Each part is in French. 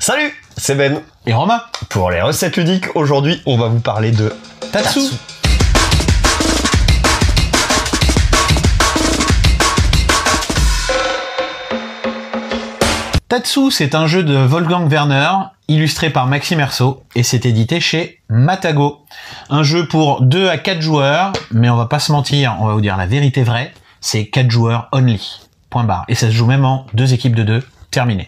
Salut, c'est Ben et Romain. Pour les recettes ludiques, aujourd'hui on va vous parler de Tatsu. Tatsu, c'est un jeu de Wolfgang Werner, illustré par Maxime Erso, et c'est édité chez Matago. Un jeu pour 2 à 4 joueurs, mais on va pas se mentir, on va vous dire la vérité vraie, c'est 4 joueurs only. Point barre. Et ça se joue même en 2 équipes de 2, terminé.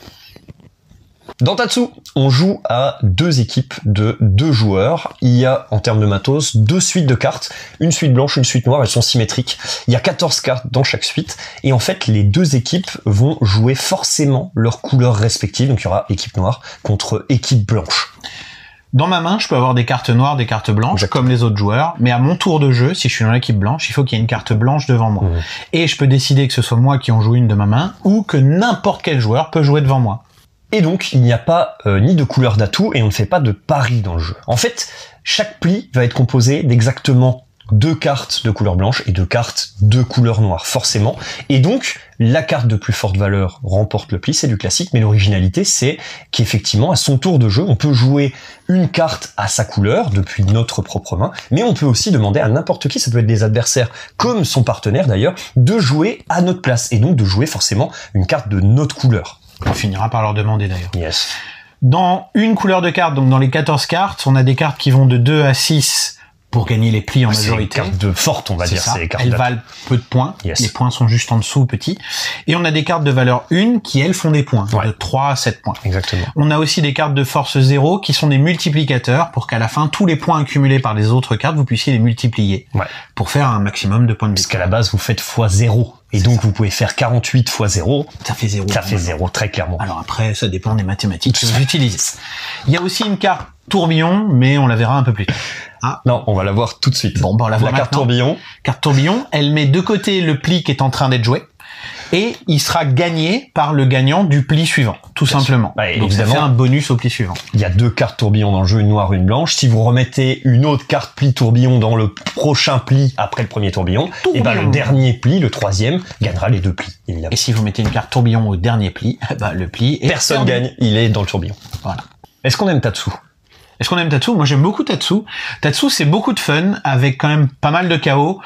Dans Tatsu, on joue à 2 équipes de 2 joueurs. Il y a, en termes de matos, 2 suites de cartes. Une suite blanche, une suite noire, elles sont symétriques. Il y a 14 cartes dans chaque suite. Et en fait, les 2 équipes vont jouer forcément leurs couleurs respectives. Donc il y aura équipe noire contre équipe blanche. Dans ma main, je peux avoir des cartes noires, des cartes blanches, exactement, comme les autres joueurs. Mais à mon tour de jeu, si je suis dans l'équipe blanche, il faut qu'il y ait une carte blanche devant moi. Et je peux décider que ce soit moi qui en joue une de ma main, ou que n'importe quel joueur peut jouer devant moi. Et donc, il n'y a pas ni de couleur d'atout et on ne fait pas de pari dans le jeu. En fait, chaque pli va être composé d'exactement 2 cartes de couleur blanche et 2 cartes de couleur noire, forcément. Et donc, la carte de plus forte valeur remporte le pli, c'est du classique, mais l'originalité, c'est qu'effectivement, à son tour de jeu, on peut jouer une carte à sa couleur, depuis notre propre main, mais on peut aussi demander à n'importe qui, ça peut être des adversaires, comme son partenaire d'ailleurs, de jouer à notre place, et donc de jouer forcément une carte de notre couleur. On finira par leur demander d'ailleurs. Yes. Dans une couleur de carte, donc dans les 14 cartes, on a des cartes qui vont de 2 à 6 pour gagner les plis en majorité. C'est les cartes de forte, on va dire. C'est les cartes. Elles valent peu de points. Yes. Les points sont juste en dessous, petits. Et on a des cartes de valeur 1 qui, elles, font des points. Ouais. De 3 à 7 points. Exactement. On a aussi des cartes de force 0 qui sont des multiplicateurs pour qu'à la fin, tous les points accumulés par les autres cartes, vous puissiez les multiplier. Ouais. Pour faire un maximum de points de vie. Parce qu'à la base, vous faites x0. Et donc, vous pouvez faire 48 x 0. Ça fait 0. Ça fait 0, très clairement. Alors après, ça dépend des mathématiques que vous utilisez. Il y a aussi une carte tourbillon, mais on la verra un peu plus tard. Ah. Non, on va la voir tout de suite. Bon, on la voit carte tourbillon. Carte tourbillon, elle met de côté le pli qui est en train d'être joué. Et il sera gagné par le gagnant du pli suivant, tout simplement. Bah, donc ça fait un bonus au pli suivant. Il y a 2 cartes tourbillon dans le jeu, une noire, une blanche. Si vous remettez une autre carte pli tourbillon dans le prochain pli après le premier tourbillon, et ben le dernier pli, le 3e, gagnera les 2 plis, évidemment. Et si vous mettez une carte tourbillon au dernier pli, bah le pli est personne gagne, il est dans le tourbillon. Voilà. Est-ce qu'on aime Tatsu ? Est-ce qu'on aime Tatsu ? Moi, j'aime beaucoup Tatsu. Tatsu, c'est beaucoup de fun, avec quand même pas mal de chaos.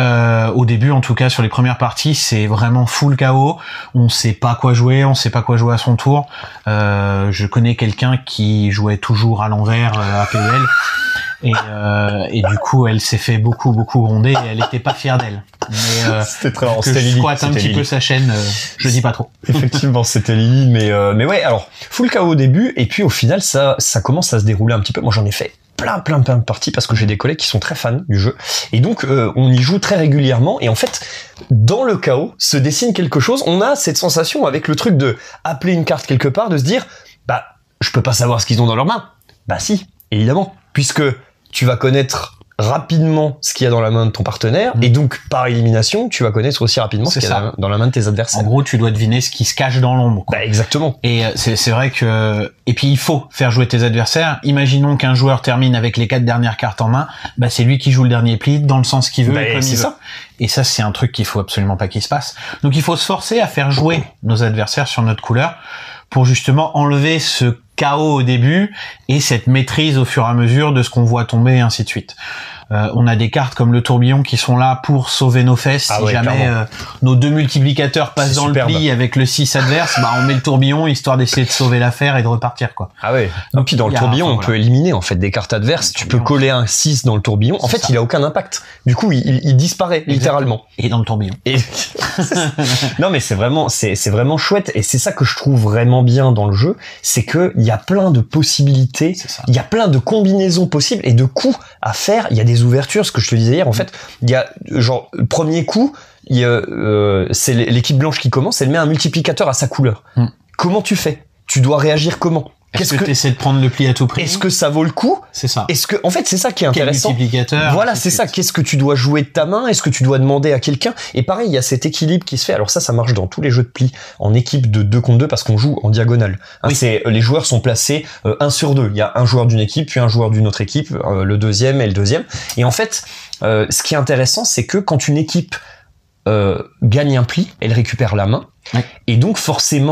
Au début, en tout cas, sur les premières parties, c'est vraiment full chaos. On sait pas quoi jouer, on sait pas quoi jouer à son tour. Je connais quelqu'un qui jouait toujours à l'envers à PEL. Et du coup, elle s'est fait beaucoup gronder et elle était pas fière d'elle. Mais c'était très rare. Que je squatte un petit peu sa chaîne, je dis pas trop. Effectivement, c'était Lily, mais ouais. Alors, full chaos au début, et puis au final, ça commence à se dérouler un petit peu. Moi, j'en ai fait plein de parties parce que j'ai des collègues qui sont très fans du jeu, et donc on y joue très régulièrement. Et en fait, dans le chaos se dessine quelque chose. On a cette sensation avec le truc de appeler une carte quelque part, de se dire, bah, je peux pas savoir ce qu'ils ont dans leurs mains. Bah si, évidemment, puisque tu vas connaître rapidement ce qu'il y a dans la main de ton partenaire, et donc par élimination tu vas connaître aussi rapidement ce qu'il y a dans la main de tes adversaires. En gros, tu dois deviner ce qui se cache dans l'ombre. Bah exactement. Et c'est vrai que, et puis il faut faire jouer tes adversaires. Imaginons qu'un joueur termine avec les 4 dernières cartes en main, bah c'est lui qui joue le dernier pli dans le sens qu'il veut, et comme il veut. Et ça, c'est un truc qu'il faut absolument pas qu'il se passe. Donc il faut se forcer à faire jouer nos adversaires sur notre couleur pour justement enlever ce chaos au début et cette maîtrise au fur et à mesure de ce qu'on voit tomber et ainsi de suite. On a des cartes comme le tourbillon qui sont là pour sauver nos fesses. Si jamais nos 2 multiplicateurs passent dans le pli avec le 6 adverse, bah on met le tourbillon histoire d'essayer de sauver l'affaire et de repartir, quoi. Ah ouais. Donc puis dans le tourbillon, on peut éliminer en fait des cartes adverses. Tu peux coller un 6 dans le tourbillon. En fait, il a aucun impact. Du coup, il disparaît littéralement. Et dans le tourbillon. Et non, mais c'est vraiment chouette, et c'est ça que je trouve vraiment bien dans le jeu, c'est que il y a plein de possibilités, il y a plein de combinaisons possibles et de coups à faire. Il y a des ouvertures, ce que je te disais hier. En fait, il y a genre premier coup, c'est l'équipe blanche qui commence, elle met un multiplicateur à sa couleur. Comment tu fais ? Tu dois réagir comment ? Est-ce que tu essaies de prendre le pli à tout prix ? Est-ce que ça vaut le coup ? C'est ça. Est-ce que, en fait, c'est ça qui est intéressant. Quel multiplicateur ? Voilà, c'est ça. Qu'est-ce que tu dois jouer de ta main ? Est-ce que tu dois demander à quelqu'un ? Et pareil, il y a cet équilibre qui se fait. Alors ça marche dans tous les jeux de pli en équipe de 2 contre 2 parce qu'on joue en diagonale. Les joueurs sont placés 1 sur 2. Il y a un joueur d'une équipe, puis un joueur d'une autre équipe, le deuxième et le deuxième. Et en fait, ce qui est intéressant, c'est que quand une équipe gagne un pli, elle récupère la main. Et donc, forcément,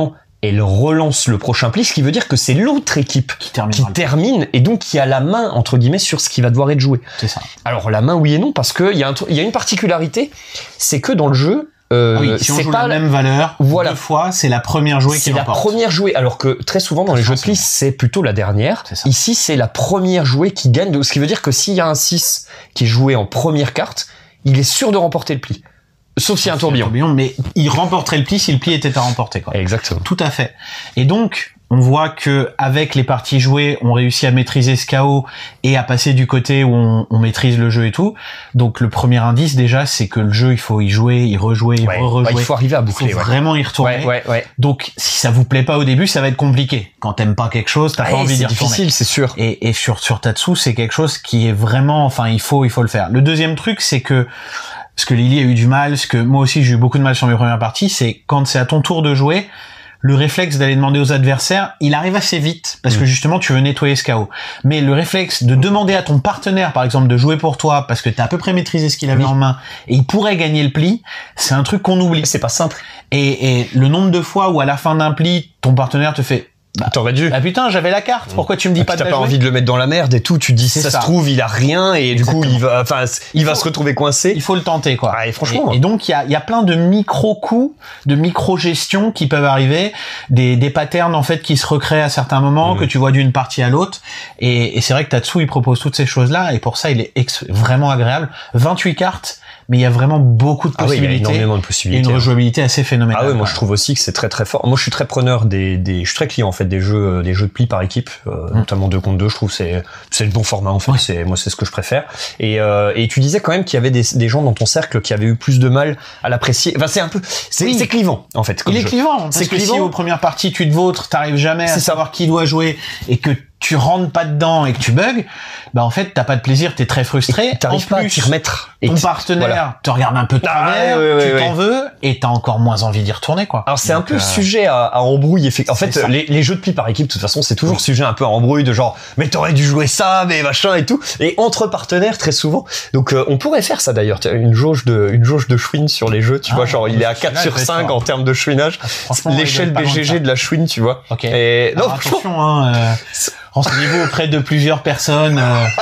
elle relance le prochain pli, ce qui veut dire que c'est l'autre équipe qui termine et donc qui a la main entre guillemets sur ce qui va devoir être joué. C'est ça. Alors la main oui et non, parce que il y a une particularité, c'est que dans le jeu si on joue pas la même valeur, deux fois, c'est la première jouée qui l'emporte. C'est la première jouée, alors que très souvent dans les jeux de pli, c'est plutôt la dernière. Ici, c'est la première jouée qui gagne, ce qui veut dire que s'il y a un 6 qui est joué en première carte, il est sûr de remporter le pli. Sauf s'il y a un tourbillon. Mais il remporterait le pli si le pli était à remporter, quoi. Exactement. Tout à fait. Et donc, on voit que avec les parties jouées, on réussit à maîtriser ce chaos et à passer du côté où on maîtrise le jeu et tout. Donc le premier indice déjà, c'est que le jeu, il faut y jouer, y rejouer, y rejouer. Il faut arriver à boucler. Il faut vraiment y retourner. Ouais. Donc si ça vous plaît pas au début, ça va être compliqué. Quand t'aimes pas quelque chose, t'as pas envie d'y retourner. C'est difficile, c'est sûr. Et sur Tatsu, c'est quelque chose qui est vraiment, enfin il faut le faire. Le deuxième truc, c'est que ce que Lily a eu du mal, ce que moi aussi j'ai eu beaucoup de mal sur mes premières parties, c'est quand c'est à ton tour de jouer, le réflexe d'aller demander aux adversaires, il arrive assez vite, parce que justement, tu veux nettoyer ce chaos. Mais le réflexe de demander à ton partenaire, par exemple, de jouer pour toi, parce que t'as à peu près maîtrisé ce qu'il avait en main, et il pourrait gagner le pli, c'est un truc qu'on oublie. C'est pas simple. Et le nombre de fois où à la fin d'un pli, ton partenaire te fait... t'aurais dû. Ah putain, j'avais la carte. Pourquoi tu me dis pas de la jouer ? T'as pas envie de le mettre dans la merde et tout. Tu dis ça se trouve il a rien et du coup il va se retrouver coincé. Il faut le tenter quoi. Ah, et franchement. Et donc il y a plein de micro coups, de micro gestions qui peuvent arriver, des patterns en fait qui se recréent à certains moments que tu vois d'une partie à l'autre. Et c'est vrai que Tatsu il propose toutes ces choses là et pour ça il est vraiment agréable. 28 cartes. Mais il y a vraiment beaucoup de possibilités. Il y a énormément de possibilités. Et une rejouabilité assez phénoménale. Ah oui, moi je trouve aussi que c'est très très fort. Moi je suis très preneur je suis très client en fait des jeux de pli par équipe, notamment 2 contre 2. Je trouve c'est le bon format en fait. Moi c'est ce que je préfère. Et tu disais quand même qu'il y avait des gens dans ton cercle qui avaient eu plus de mal à l'apprécier. Enfin c'est clivant en fait. Il est clivant. Parce que si aux premières parties tu te vautres, t'arrives jamais à savoir qui doit jouer et que tu rentres pas dedans et que tu bugs, bah en fait t'as pas de plaisir, t'es très frustré. T'arrives pas à t'y remettre. Ton partenaire te regarde un peu de travers, tu t'en veux et t'as encore moins envie d'y retourner quoi. Alors c'est un peu sujet à embrouille. En fait les jeux de pli par équipe de toute façon c'est toujours sujet un peu à embrouille de genre mais t'aurais dû jouer ça mais machin et tout et entre partenaires très souvent. Donc on pourrait faire ça d'ailleurs, une jauge de chouine sur les jeux, tu vois, genre il est à 4 sur 5 en termes de chouinage. L'échelle BGG de la chouine, tu vois. OK. Et non, attention renseignez-vous auprès de plusieurs personnes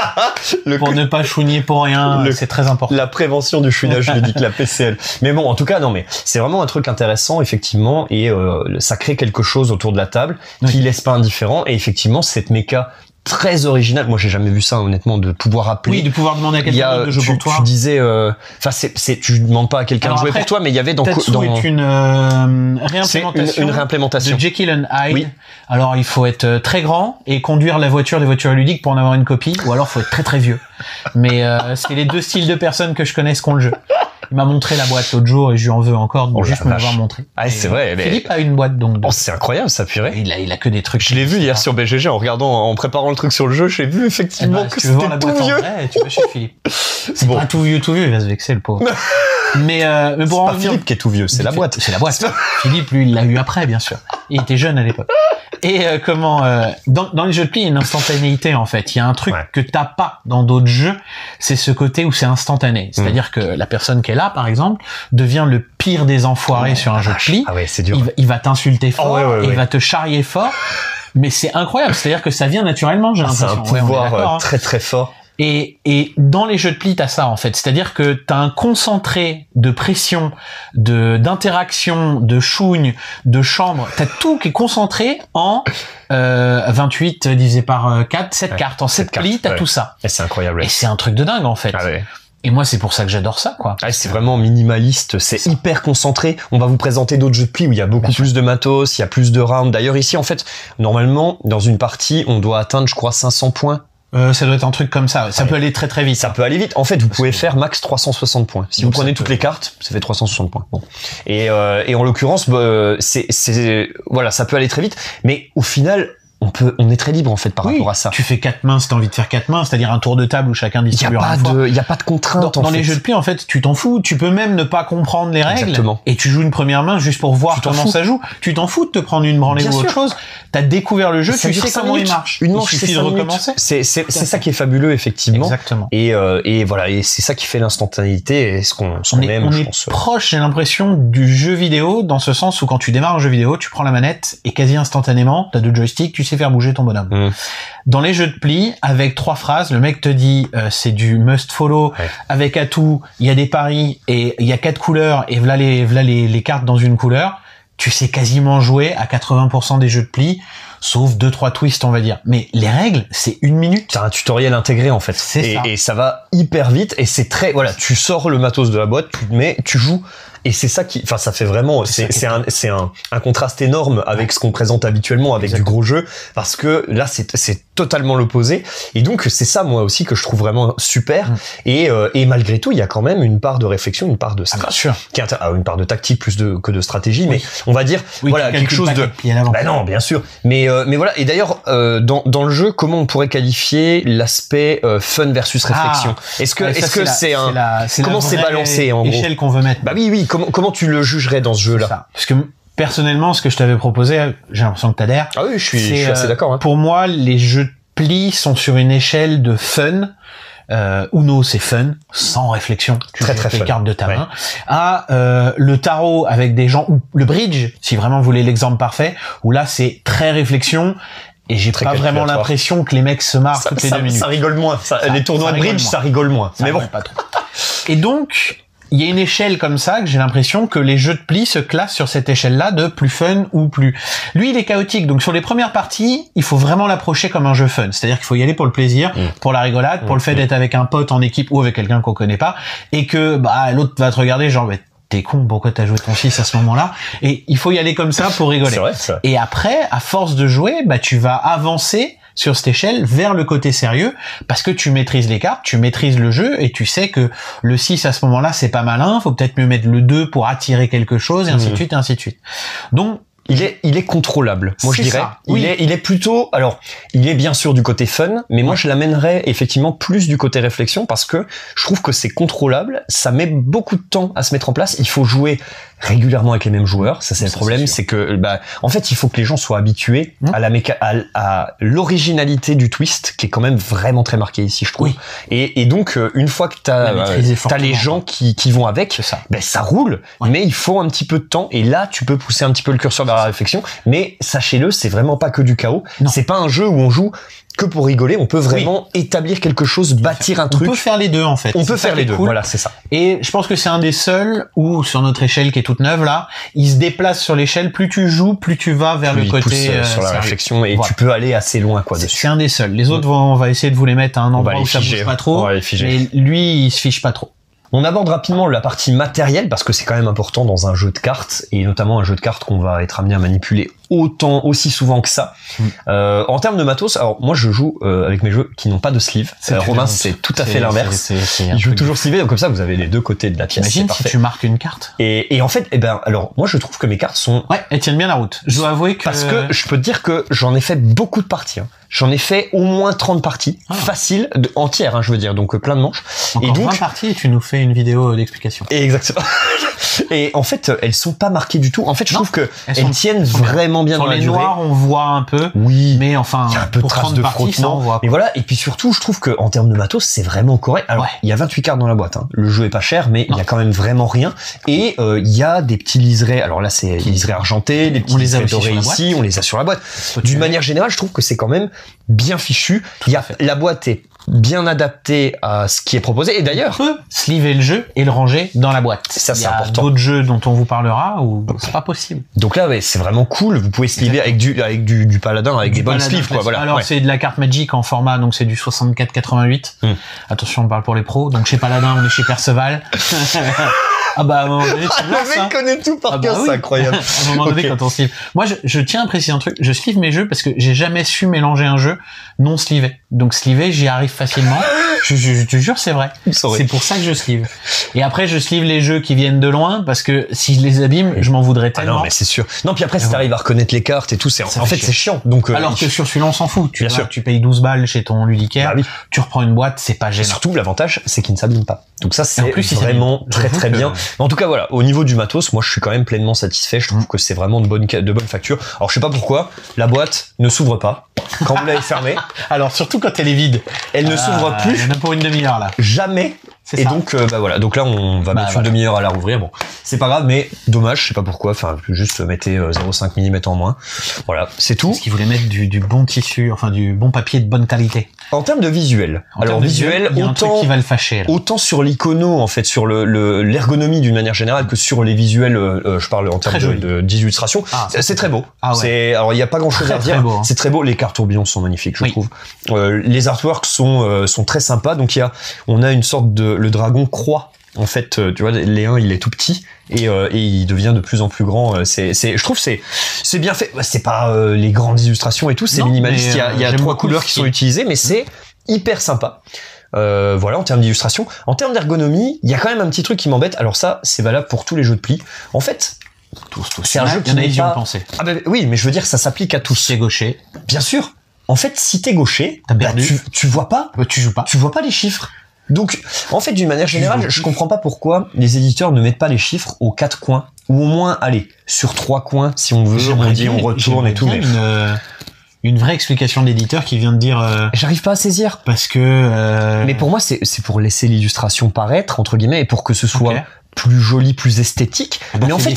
pour ne pas chouiner pour rien, c'est très important. La prévention du chouinage ludique, la PCL. Mais bon, en tout cas, non, mais c'est vraiment un truc intéressant, effectivement, et ça crée quelque chose autour de la table qui laisse pas indifférent, et effectivement, cette méca très original. Moi, j'ai jamais vu ça, honnêtement, de pouvoir appeler. Oui, de pouvoir demander à quelqu'un de jouer pour toi. Tu disais, tu demandes pas à quelqu'un de jouer pour toi, mais il y avait Tatsu est une réimplémentation. Une réimplémentation. De Jekyll and Hyde. Oui. Alors, il faut être très grand et conduire des voitures ludiques pour en avoir une copie, ou alors faut être très très vieux. Mais c'est les deux styles de personnes que je connais qui ont le jeu. Il m'a montré la boîte l'autre jour et je lui en veux encore de juste me l'avoir montré. Ah, c'est vrai. Philippe a une boîte donc. Oh, c'est incroyable ça, purée. Il a que des trucs. Je l'ai vu hier sur BGG en préparant le truc sur le jeu. J'ai vu effectivement que c'était tout vieux. Tu vas chez Philippe. C'est pas tout vieux, il va se vexer le pauvre. Mais pour c'est pas Philippe qui est tout vieux, c'est la boîte. C'est la boîte. Philippe, lui, il l'a eu après, bien sûr. Il était jeune à l'époque. Et dans les jeux de pli, il y a une instantanéité en fait. Il y a un truc que t'as pas dans d'autres jeux, c'est ce côté où c'est instantané. C'est-à-dire que la personne qui est là, par exemple, devient le pire des enfoirés sur un jeu de pli. Ah ouais, c'est dur. Il va t'insulter fort, il va te charrier fort. Mais c'est incroyable. C'est-à-dire que ça vient naturellement. J'ai l'impression. C'est un pouvoir très très fort. Et dans les jeux de pli, t'as ça en fait, c'est-à-dire que t'as un concentré de pression, d'interaction, de chougne, de chambre, t'as tout qui est concentré en 28 divisé par 4, 7 cartes. En 7 plis, t'as tout ça. Et c'est incroyable. Et c'est un truc de dingue en fait. Et moi, c'est pour ça que j'adore ça, quoi. C'est vraiment minimaliste, c'est hyper concentré. On va vous présenter d'autres jeux de pli où il y a beaucoup plus de matos, il y a plus de rounds. D'ailleurs, ici, en fait, normalement, dans une partie, on doit atteindre, je crois, 500 points. Ça doit être un truc comme ça. Ça peut aller très très vite. Ça peut aller vite. En fait, vous pouvez faire max 360 points. Si vous prenez toutes les cartes, ça fait 360 points. Bon. Et en l'occurrence, voilà, ça peut aller très vite. Mais au final, on est très libre en fait par rapport à ça. Tu fais 4 mains si t'as envie de faire 4 mains, c'est-à-dire un tour de table où chacun distribue un fois. Il y a pas de contrainte dans les jeux de pli en fait, tu t'en fous, tu peux même ne pas comprendre les règles. Exactement. Et tu joues une première main juste pour voir comment ça joue. Tu t'en fous de te prendre une branlée ou autre chose. T'as découvert le jeu, tu sais comment il marche. Une manche, il suffit de recommencer. C'est ça qui est fabuleux effectivement. Exactement. Et voilà, et c'est ça qui fait l'instantanéité et ce qu'on aime. On est proche, j'ai l'impression, du jeu vidéo dans ce sens où quand tu démarres un jeu vidéo, tu prends la manette et quasi instantanément, t'as 2 joysticks, tu sais faire bouger ton bonhomme. Dans les jeux de pli, avec 3 phrases, le mec te dit c'est du must follow, avec atout, il y a des paris et il y a 4 couleurs et voilà les cartes dans une couleur. Tu sais quasiment jouer à 80% des jeux de pli, sauf 2-3 twists, on va dire. Mais les règles, c'est 1 minute. T'as un tutoriel intégré, en fait. Et ça va hyper vite, et c'est très, voilà, tu sors le matos de la boîte, tu joues, et c'est ça qui, enfin, ça fait vraiment, c'est un contraste énorme avec ce qu'on présente habituellement avec du gros jeu, parce que là, c'est totalement l'opposé. Et donc, c'est ça, moi aussi, que je trouve vraiment super. Et malgré tout, il y a quand même une part de réflexion, une part de une part de tactique plus que de stratégie, mais on va dire, voilà, quelque chose de, bah non, bien sûr. Mais voilà. Et d'ailleurs, dans le jeu, comment on pourrait qualifier l'aspect fun versus réflexion? Est-ce que c'est comment c'est balancé en gros? L'échelle qu'on veut mettre. Bah oui. Comment tu le jugerais dans ce jeu-là? Parce que personnellement, ce que je t'avais proposé, j'ai l'impression que t'adhères. Ah oui, je suis assez d'accord. Hein. Pour moi, les jeux de pli sont sur une échelle de fun. Uno, c'est fun, sans réflexion. Tu joues les cartes de ta main. Le tarot avec des gens, ou le bridge, si vraiment vous voulez l'exemple parfait, où là, c'est très réflexion. Et j'ai pas vraiment l'impression que les mecs se marrent toutes les 2 minutes. Ça rigole moins. Les tournois de bridge, ça rigole moins. Mais bon. Pas trop. Et donc, il y a une échelle comme ça que j'ai l'impression que les jeux de pli se classent sur cette échelle-là de plus fun ou plus. Lui, il est chaotique. Donc sur les premières parties, il faut vraiment l'approcher comme un jeu fun. C'est-à-dire qu'il faut y aller pour le plaisir, pour la rigolade, pour le fait d'être avec un pote en équipe ou avec quelqu'un qu'on connaît pas, et que l'autre va te regarder genre t'es con, pourquoi t'as joué ton fils à ce moment-là? Et il faut y aller comme ça pour rigoler. C'est vrai. Et après, à force de jouer, tu vas avancer sur cette échelle vers le côté sérieux, parce que tu maîtrises les cartes, tu maîtrises le jeu, et tu sais que le 6 à ce moment-là, c'est pas malin, faut peut-être mieux mettre le 2 pour attirer quelque chose, et ainsi de suite, et ainsi de suite. Donc, il est contrôlable. Moi, je dirais. Ça, oui. Il est plutôt, alors, il est bien sûr du côté fun, mais moi, je l'amènerais effectivement plus du côté réflexion parce que je trouve que c'est contrôlable. Ça met beaucoup de temps à se mettre en place. Il faut jouer régulièrement avec les mêmes joueurs. Ça, c'est le problème. C'est que, en fait, il faut que les gens soient habitués à l'originalité du twist, qui est quand même vraiment très marqué ici, je trouve. Oui. Et donc, une fois que t'as les gens qui vont avec, ça roule, mais il faut un petit peu de temps. Et là, tu peux pousser un petit peu le curseur vers la réflexion. Mais sachez-le, c'est vraiment pas que du chaos. Non. C'est pas un jeu où on joue que pour rigoler, on peut vraiment établir quelque chose, bâtir un truc. On peut faire les deux, en fait. On peut faire les deux, voilà, c'est ça. Et je pense que c'est un des seuls où, sur notre échelle qui est toute neuve, là, il se déplace sur l'échelle, plus tu joues, plus tu vas vers le côté sur la réflexion, et tu peux aller assez loin, quoi, dessus. C'est un des seuls. Les autres, on va essayer de vous les mettre à un endroit où ça bouge pas trop. Mais lui, il se fiche pas trop. On aborde rapidement la partie matérielle parce que c'est quand même important dans un jeu de cartes, et notamment un jeu de cartes qu'on va être amené à manipuler aussi souvent que ça. En termes de matos, alors moi je joue avec mes jeux qui n'ont pas de sleeve. Romain, c'est tout à fait l'inverse. Il joue toujours sleeve, donc comme ça vous avez les deux côtés de la pièce. Imagine si tu marques une carte. Et en fait, alors moi je trouve que mes cartes sont elles tiennent bien la route. Je dois avouer que parce que je peux te dire que j'en ai fait beaucoup de parties. J'en ai fait au moins 30 parties, faciles, entières, je veux dire, donc plein de manches. Encore et donc 20 parties, et tu nous fais une vidéo d'explication. Exactement. Et en fait, elles sont pas marquées du tout. En fait, je trouve que elles tiennent vraiment bien dans la durée. Sur les noirs, on voit un peu. Oui. Mais enfin, il y a un peu de traces de frottement. Mais voilà. Et puis surtout, je trouve que en termes de matos, c'est vraiment correct. Alors, il y a 28 cartes dans la boîte. Le jeu est pas cher, mais il y a quand même vraiment rien. Et il y a des petits liserés. Alors là, c'est des liserés argentés, des petits liserés dorés ici. On les a sur la boîte. D'une manière générale, je trouve que c'est quand même bien fichu. La boîte est bien adapté à ce qui est proposé, et d'ailleurs on peut sliver le jeu et le ranger dans la boîte. Ça, c'est important. Il y a d'autres jeux dont on vous parlera où c'est pas possible. Donc là, c'est vraiment cool. Vous pouvez sliver avec du paladin, avec des bonnes sleeves, quoi. Voilà. Alors c'est de la carte Magic en format, donc c'est du 64-88. Attention, on parle pour les pros. Donc chez Paladin, on est chez Perceval. Ah bah à un moment donné, tu le mec connaît tout par cœur, c'est incroyable. À un moment donné, quand on sleeve. Moi, je tiens à préciser un truc. Je sleeve mes jeux parce que j'ai jamais su mélanger un jeu non slivé. Donc slivé, j'y arrive facilement. Je te jure, c'est vrai. C'est pour ça que je sleeve. Et après, je sleeve les jeux qui viennent de loin parce que si je les abîme, je m'en voudrais tellement. Ah non, mais c'est sûr. Non, puis après, si t'arrives à reconnaître les cartes et tout, en fait, c'est chiant. Donc, alors que sur celui-là, on s'en fout. Tu payes 12 balles chez ton ludicaire, tu reprends une boîte, c'est pas gênant. Et surtout, l'avantage, c'est qu'il ne s'abîme pas. Donc ça, c'est vraiment très bien. En tout cas, voilà. Au niveau du matos, moi, je suis quand même pleinement satisfait. Je trouve que c'est vraiment de bonne facture. Alors, je sais pas pourquoi, la boîte ne s'ouvre pas quand vous l'avez fermée. Alors, surtout quand elle est vide. Elle ne s'ouvre plus. Il y en a pour une demi-heure, là. Jamais. Et donc, voilà. Donc là, on va mettre une demi-heure à la rouvrir. Bon, c'est pas grave, mais dommage, je sais pas pourquoi. Enfin, juste mettez 0,5 mm en moins. Voilà, c'est tout. Parce qu'ils voulaient mettre du bon tissu, enfin du bon papier de bonne qualité. En termes de visuel. Alors visuel, il y a un truc qui va le fâcher. Là. Autant sur l'icono, en fait, sur l'ergonomie d'une manière générale, que sur les visuels. Je parle en termes d'illustration. C'est très beau. Alors il y a pas grand-chose à dire. Très beau, hein. C'est très beau. Les cartes tourbillons sont magnifiques, je trouve. Les artworks sont très sympas. Donc on a une sorte de le dragon croît. En fait, tu vois, Léon, il est tout petit et il devient de plus en plus grand. Je trouve c'est bien fait. C'est pas les grandes illustrations et tout, c'est minimaliste. Il y a 3 couleurs qui sont utilisées, mais c'est hyper sympa. Voilà, en termes d'illustration. En termes d'ergonomie, il y a quand même un petit truc qui m'embête. Alors ça, c'est valable pour tous les jeux de pli. En fait, c'est un jeu qui n'est pas... Ah ben oui, mais je veux dire, ça s'applique à tous. Si t'es gaucher. Bien sûr. En fait, si t'es gaucher, tu vois pas. Tu joues pas. Tu vois pas les chiffres. Donc, en fait, d'une manière générale, je comprends pas pourquoi les éditeurs ne mettent pas les chiffres aux 4 coins. Ou au moins, allez, sur 3 coins, si on veut, on retourne et tout. Mais une vraie explication d'éditeur qui vient de dire... J'arrive pas à saisir. Parce que... Mais pour moi, c'est pour laisser l'illustration paraître, entre guillemets, et pour que ce soit... plus joli, plus esthétique. Mais en fait,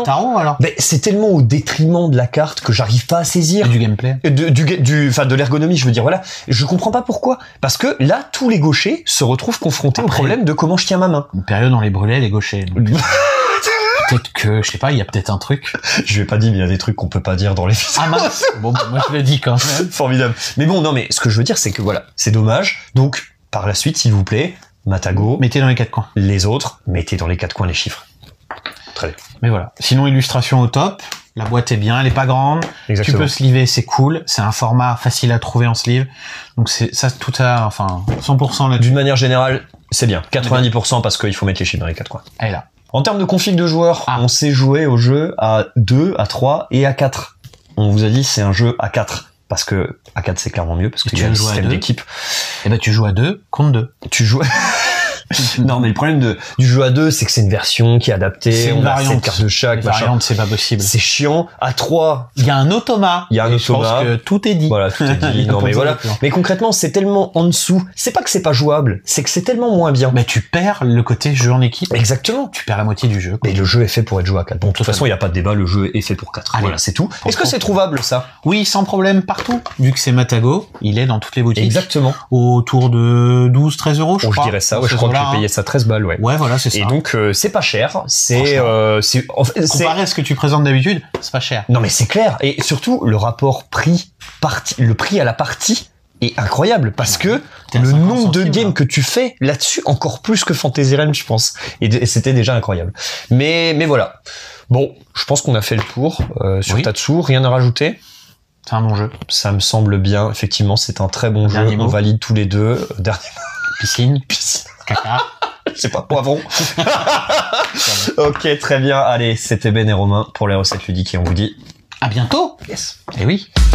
c'est tellement au détriment de la carte que j'arrive pas à saisir. Et du gameplay. De l'ergonomie, je veux dire, voilà. Je comprends pas pourquoi. Parce que là, tous les gauchers se retrouvent confrontés au problème de comment je tiens ma main. Une période dans les brûlés, les gauchers. Peut-être que, je sais pas, il y a peut-être un truc. Je vais pas dire, mais il y a des trucs qu'on peut pas dire dans les vidéos. Ah mince. Bon, moi je le dis quand même. Formidable. Mais bon, non, mais ce que je veux dire, c'est que voilà, c'est dommage. Donc, par la suite, s'il vous plaît, Matago. Mettez dans les 4 coins. Les autres, mettez dans les 4 coins les chiffres. Très bien. Mais voilà. Sinon, illustration au top. La boîte est bien, elle est pas grande. Exactement. Tu peux sleever, c'est cool. C'est un format facile à trouver en sleeve. Donc c'est ça, tout à, enfin, 100% là. D'une manière générale, c'est bien. 90% parce qu'il faut mettre les chiffres dans les 4 coins. Elle est là. En termes de config de joueurs, on sait jouer au jeu à 2, à 3 et à 4. On vous a dit c'est un jeu à 4. Parce que à 4 c'est clairement mieux parce qu'il y a un système d'équipe. Et ben tu joues à 2 contre 2. Tu joues Non, mais le problème du jeu à 2, c'est que c'est une version qui est adaptée. C'est une variante. 7 cartes de chaque. Variante, c'est pas possible. C'est chiant. À 3. Il y a un automa. Je pense que tout est dit. Voilà, tout est dit. Non, mais voilà. Mais concrètement, c'est tellement en dessous. C'est pas que c'est pas jouable. C'est que c'est tellement moins bien. Mais tu perds le côté jeu en équipe. Exactement. Tu perds la moitié du jeu. Mais le jeu est fait pour être joué à 4. Bon, de toute façon, il n'y a pas de débat. Le jeu est fait pour 4. Allez, voilà, c'est tout. Est-ce que c'est trouvable, ça? Oui, sans problème partout. Vu que c'est Matago, il est dans toutes les boutiques. Exactement. Autour de 12-13 euros, je crois. Je dirais ça. Ouais, je crois que j'ai payé ça 13 balles. Ouais, voilà, c'est ça. Et donc c'est pas cher, c'est comparé à ce que tu présentes d'habitude, c'est pas cher. Non mais c'est clair, et surtout le rapport le prix à la partie est incroyable parce que le nombre de games que tu fais là-dessus, encore plus que Fantasy Realms, je pense, et c'était déjà incroyable. Mais voilà. Bon, je pense qu'on a fait le tour sur Tatsu, rien à rajouter. C'est un bon jeu. Ça me semble bien, effectivement, c'est un très bon jeu. On valide tous les deux. Dernier Piscine. Caca. C'est pas poivron. Ok, très bien. Allez, c'était Ben et Romain pour les recettes ludiques et on vous dit à bientôt. Yes. Et oui.